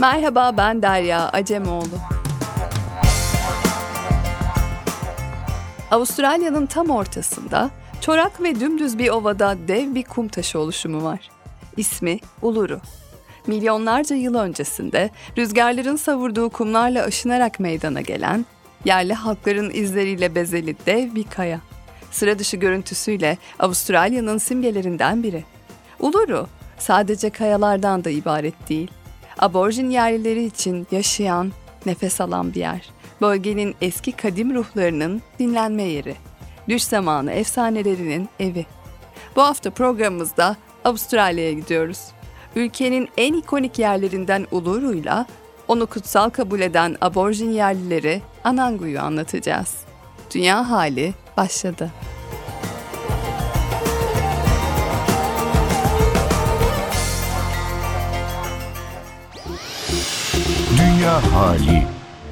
Merhaba, ben Derya Acemoğlu. Avustralya'nın tam ortasında, çorak ve dümdüz bir ovada dev bir kum taşı oluşumu var. İsmi Uluru. Milyonlarca yıl öncesinde rüzgarların savurduğu kumlarla aşınarak meydana gelen, yerli halkların izleriyle bezeli dev bir kaya. Sıra dışı görüntüsüyle Avustralya'nın simgelerinden biri. Uluru sadece kayalardan da ibaret değil. Aborjin yerlileri için yaşayan, nefes alan bir yer. Bölgenin eski kadim ruhlarının dinlenme yeri. Düş zamanı efsanelerinin evi. Bu hafta programımızda Avustralya'ya gidiyoruz. Ülkenin en ikonik yerlerinden Uluru'yla onu kutsal kabul eden aborjin yerlileri Anangu'yu anlatacağız. Dünya hali başladı. Dünya hali.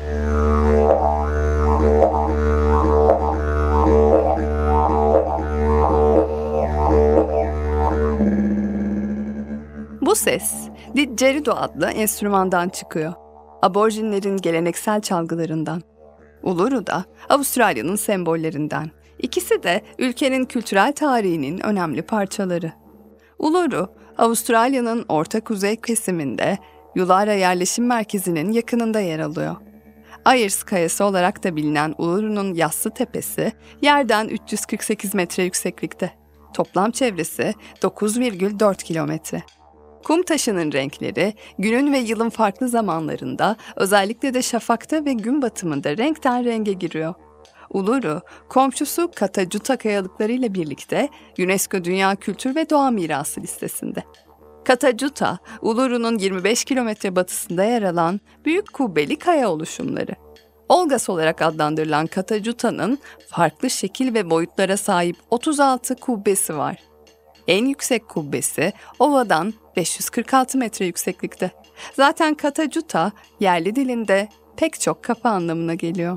Bu ses, didgeridoo adlı enstrümandan çıkıyor. Aborjinlerin geleneksel çalgılarından. Uluru da Avustralya'nın sembollerinden. İkisi de ülkenin kültürel tarihinin önemli parçaları. Uluru, Avustralya'nın orta kuzey kesiminde Yulara yerleşim merkezinin yakınında yer alıyor. Ayers Kayası olarak da bilinen Uluru'nun yassı tepesi yerden 348 metre yükseklikte. Toplam çevresi 9,4 kilometre. Kum taşının renkleri günün ve yılın farklı zamanlarında, özellikle de şafakta ve gün batımında renkten renge giriyor. Uluru, komşusu Katajuta kayalıkları ile birlikte UNESCO Dünya Kültür ve Doğa Mirası listesinde. Katajuta, Uluru'nun 25 kilometre batısında yer alan büyük kubbeli kaya oluşumları. Olgas olarak adlandırılan Katajuta'nın farklı şekil ve boyutlara sahip 36 kubbesi var. En yüksek kubbesi ovadan 546 metre yükseklikte. Zaten Katajuta yerli dilinde pek çok kapı anlamına geliyor.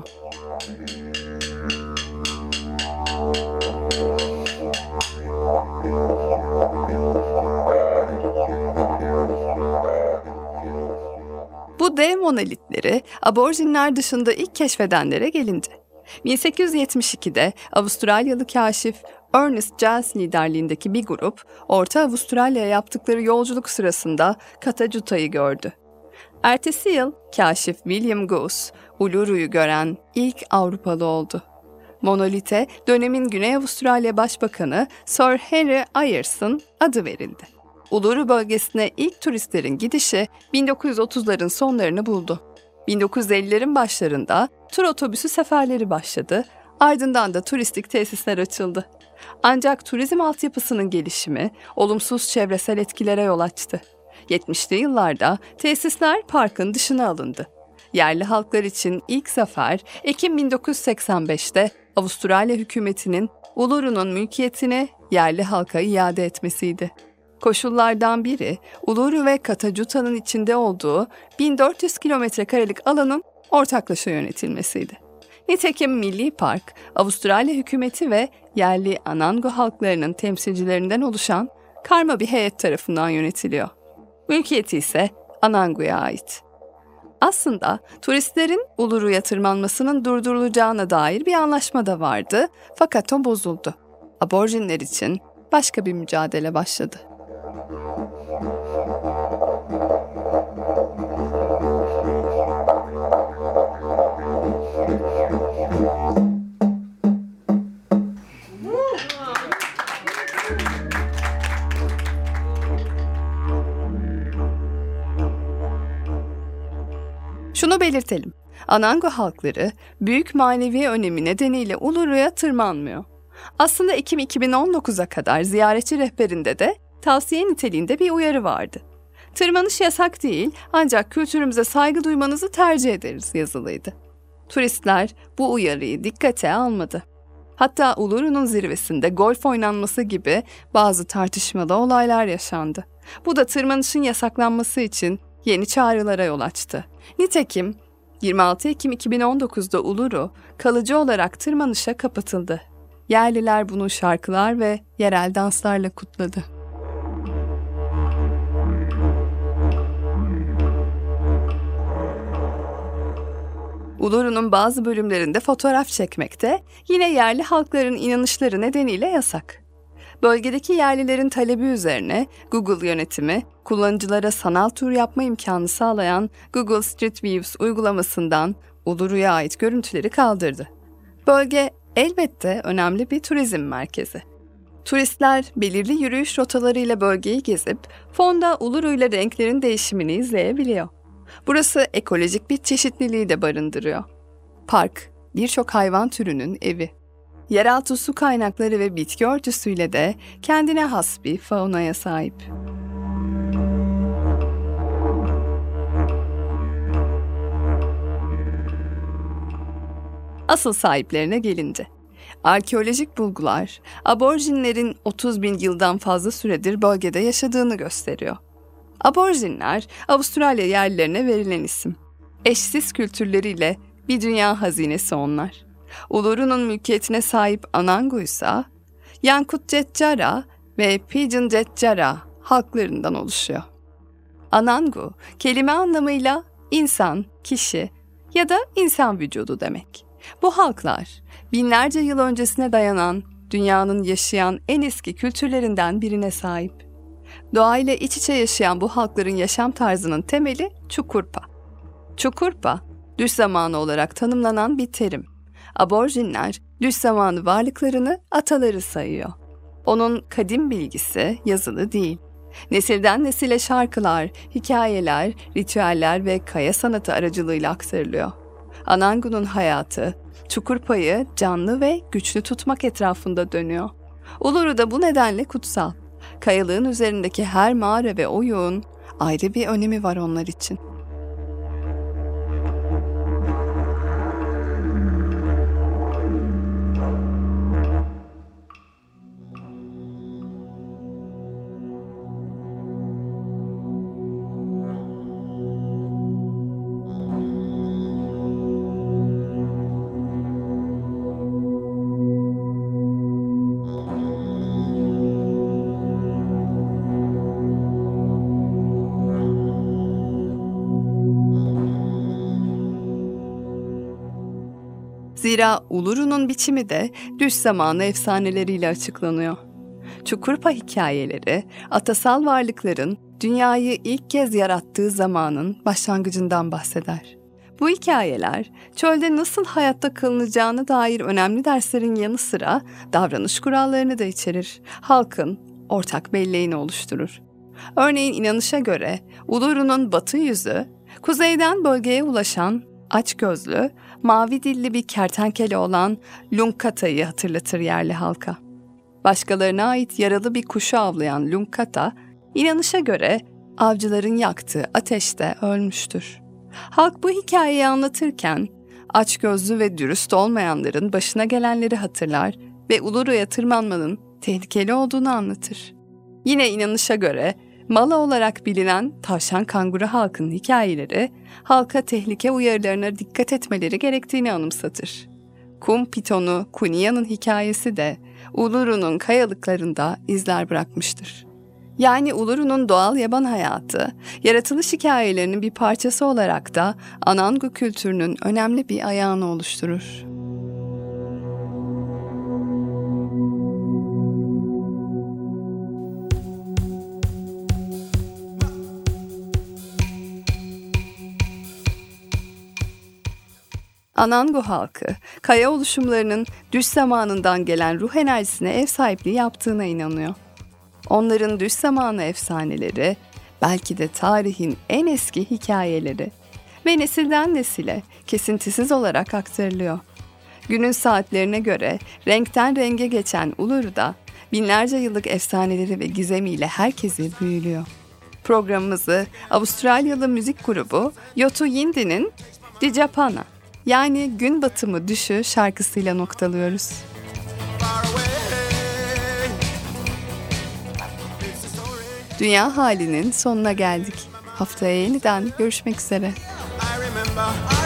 Bu dev monolitleri aborjinler dışında ilk keşfedenlere gelindi. 1872'de Avustralyalı kaşif Ernest Giles liderliğindeki bir grup, Orta Avustralya'ya yaptıkları yolculuk sırasında Katajuta'yı gördü. Ertesi yıl kaşif William Goose, Uluru'yu gören ilk Avrupalı oldu. Monolite, dönemin Güney Avustralya Başbakanı Sir Henry Ayers'ın adı verildi. Uluru bölgesine ilk turistlerin gidişi 1930'ların sonlarını buldu. 1950'lerin başlarında tur otobüsü seferleri başladı, ardından da turistik tesisler açıldı. Ancak turizm altyapısının gelişimi olumsuz çevresel etkilere yol açtı. 70'li yıllarda tesisler parkın dışına alındı. Yerli halklar için ilk zafer Ekim 1985'te Avustralya hükümetinin Uluru'nun mülkiyetini yerli halka iade etmesiydi. Koşullardan biri Uluru ve Katajuta'nın içinde olduğu 1400 kilometrekarelik alanın ortaklaşa yönetilmesiydi. Nitekim Milli Park, Avustralya hükümeti ve yerli Anangu halklarının temsilcilerinden oluşan karma bir heyet tarafından yönetiliyor. Mülkiyeti ise Anangu'ya ait. Aslında turistlerin Uluru'ya tırmanmasının durdurulacağına dair bir anlaşma da vardı, fakat o bozuldu. Aborjinler için başka bir mücadele başladı. Şunu belirtelim, Anangu halkları büyük manevi önemi nedeniyle Uluru'ya tırmanmıyor. Aslında Ekim 2019'a kadar ziyaretçi rehberinde de tavsiye niteliğinde bir uyarı vardı. Tırmanış yasak değil, ancak kültürümüze saygı duymanızı tercih ederiz yazılıydı. Turistler bu uyarıyı dikkate almadı. Hatta Uluru'nun zirvesinde golf oynanması gibi bazı tartışmalı olaylar yaşandı. Bu da tırmanışın yasaklanması için yeni çağrılara yol açtı. Nitekim 26 Ekim 2019'da Uluru kalıcı olarak tırmanışa kapatıldı. Yerliler bunu şarkılar ve yerel danslarla kutladı. Uluru'nun bazı bölümlerinde fotoğraf çekmekte, yine yerli halkların inanışları nedeniyle yasak. Bölgedeki yerlilerin talebi üzerine Google yönetimi, kullanıcılara sanal tur yapma imkanı sağlayan Google Street Views uygulamasından Uluru'ya ait görüntüleri kaldırdı. Bölge elbette önemli bir turizm merkezi. Turistler belirli yürüyüş rotalarıyla bölgeyi gezip fonda Uluru'yla renklerin değişimini izleyebiliyor. Burası ekolojik bir çeşitliliği de barındırıyor. Park, birçok hayvan türünün evi. Yeraltı su kaynakları ve bitki örtüsüyle de kendine has bir faunaya sahip. Asıl sahiplerine gelince, arkeolojik bulgular, aborjinlerin 30 bin yıldan fazla süredir bölgede yaşadığını gösteriyor. Aborjinler, Avustralya yerlilerine verilen isim. Eşsiz kültürleriyle bir dünya hazinesi onlar. Uluru'nun mülkiyetine sahip Anangu ise Yankutjetjara ve Pidginjetjara halklarından oluşuyor. Anangu, kelime anlamıyla insan, kişi ya da insan vücudu demek. Bu halklar, binlerce yıl öncesine dayanan, dünyanın yaşayan en eski kültürlerinden birine sahip. Doğayla iç içe yaşayan bu halkların yaşam tarzının temeli Çukurpa. Çukurpa, düş zamanı olarak tanımlanan bir terim. Aborjinler, düş zamanı varlıklarını ataları sayıyor. Onun kadim bilgisi yazılı değil. Nesilden nesile şarkılar, hikayeler, ritüeller ve kaya sanatı aracılığıyla aktarılıyor. Anangu'nun hayatı, Çukurpa'yı canlı ve güçlü tutmak etrafında dönüyor. Uluru da bu nedenle kutsal. Kayalığın üzerindeki her mağara ve oyuğun ayrı bir önemi var onlar için. Zira Uluru'nun biçimi de düş zamanı efsaneleriyle açıklanıyor. Çukurpa hikayeleri, atasal varlıkların dünyayı ilk kez yarattığı zamanın başlangıcından bahseder. Bu hikayeler, çölde nasıl hayatta kalınacağına dair önemli derslerin yanı sıra davranış kurallarını da içerir. Halkın ortak belleğini oluşturur. Örneğin inanışa göre Uluru'nun batı yüzü, kuzeyden bölgeye ulaşan açgözlü, mavi dilli bir kertenkele olan Lunkata'yı hatırlatır yerli halka. Başkalarına ait yaralı bir kuşu avlayan Lunkata, inanışa göre avcıların yaktığı ateşte ölmüştür. Halk bu hikayeyi anlatırken, açgözlü ve dürüst olmayanların başına gelenleri hatırlar ve Uluru'ya tırmanmanın tehlikeli olduğunu anlatır. Yine inanışa göre, Mala olarak bilinen tavşan kanguru halkının hikayeleri, halka tehlike uyarılarına dikkat etmeleri gerektiğini anımsatır. Kum pitonu Kuniya'nın hikayesi de Uluru'nun kayalıklarında izler bırakmıştır. Yani Uluru'nun doğal yaban hayatı, yaratılış hikayelerinin bir parçası olarak da Anangu kültürünün önemli bir ayağını oluşturur. Anangu halkı, kaya oluşumlarının düş zamanından gelen ruh enerjisine ev sahipliği yaptığına inanıyor. Onların düş zamanı efsaneleri, belki de tarihin en eski hikayeleri ve nesilden nesile kesintisiz olarak aktarılıyor. Günün saatlerine göre renkten renge geçen Uluru'da binlerce yıllık efsaneleri ve gizemiyle herkesi büyülüyor. Programımızı Avustralyalı müzik grubu Yotu Yindi'nin Dijapana, yani gün batımı düşü şarkısıyla noktalıyoruz. Dünya halinin sonuna geldik. Haftaya yeniden görüşmek üzere.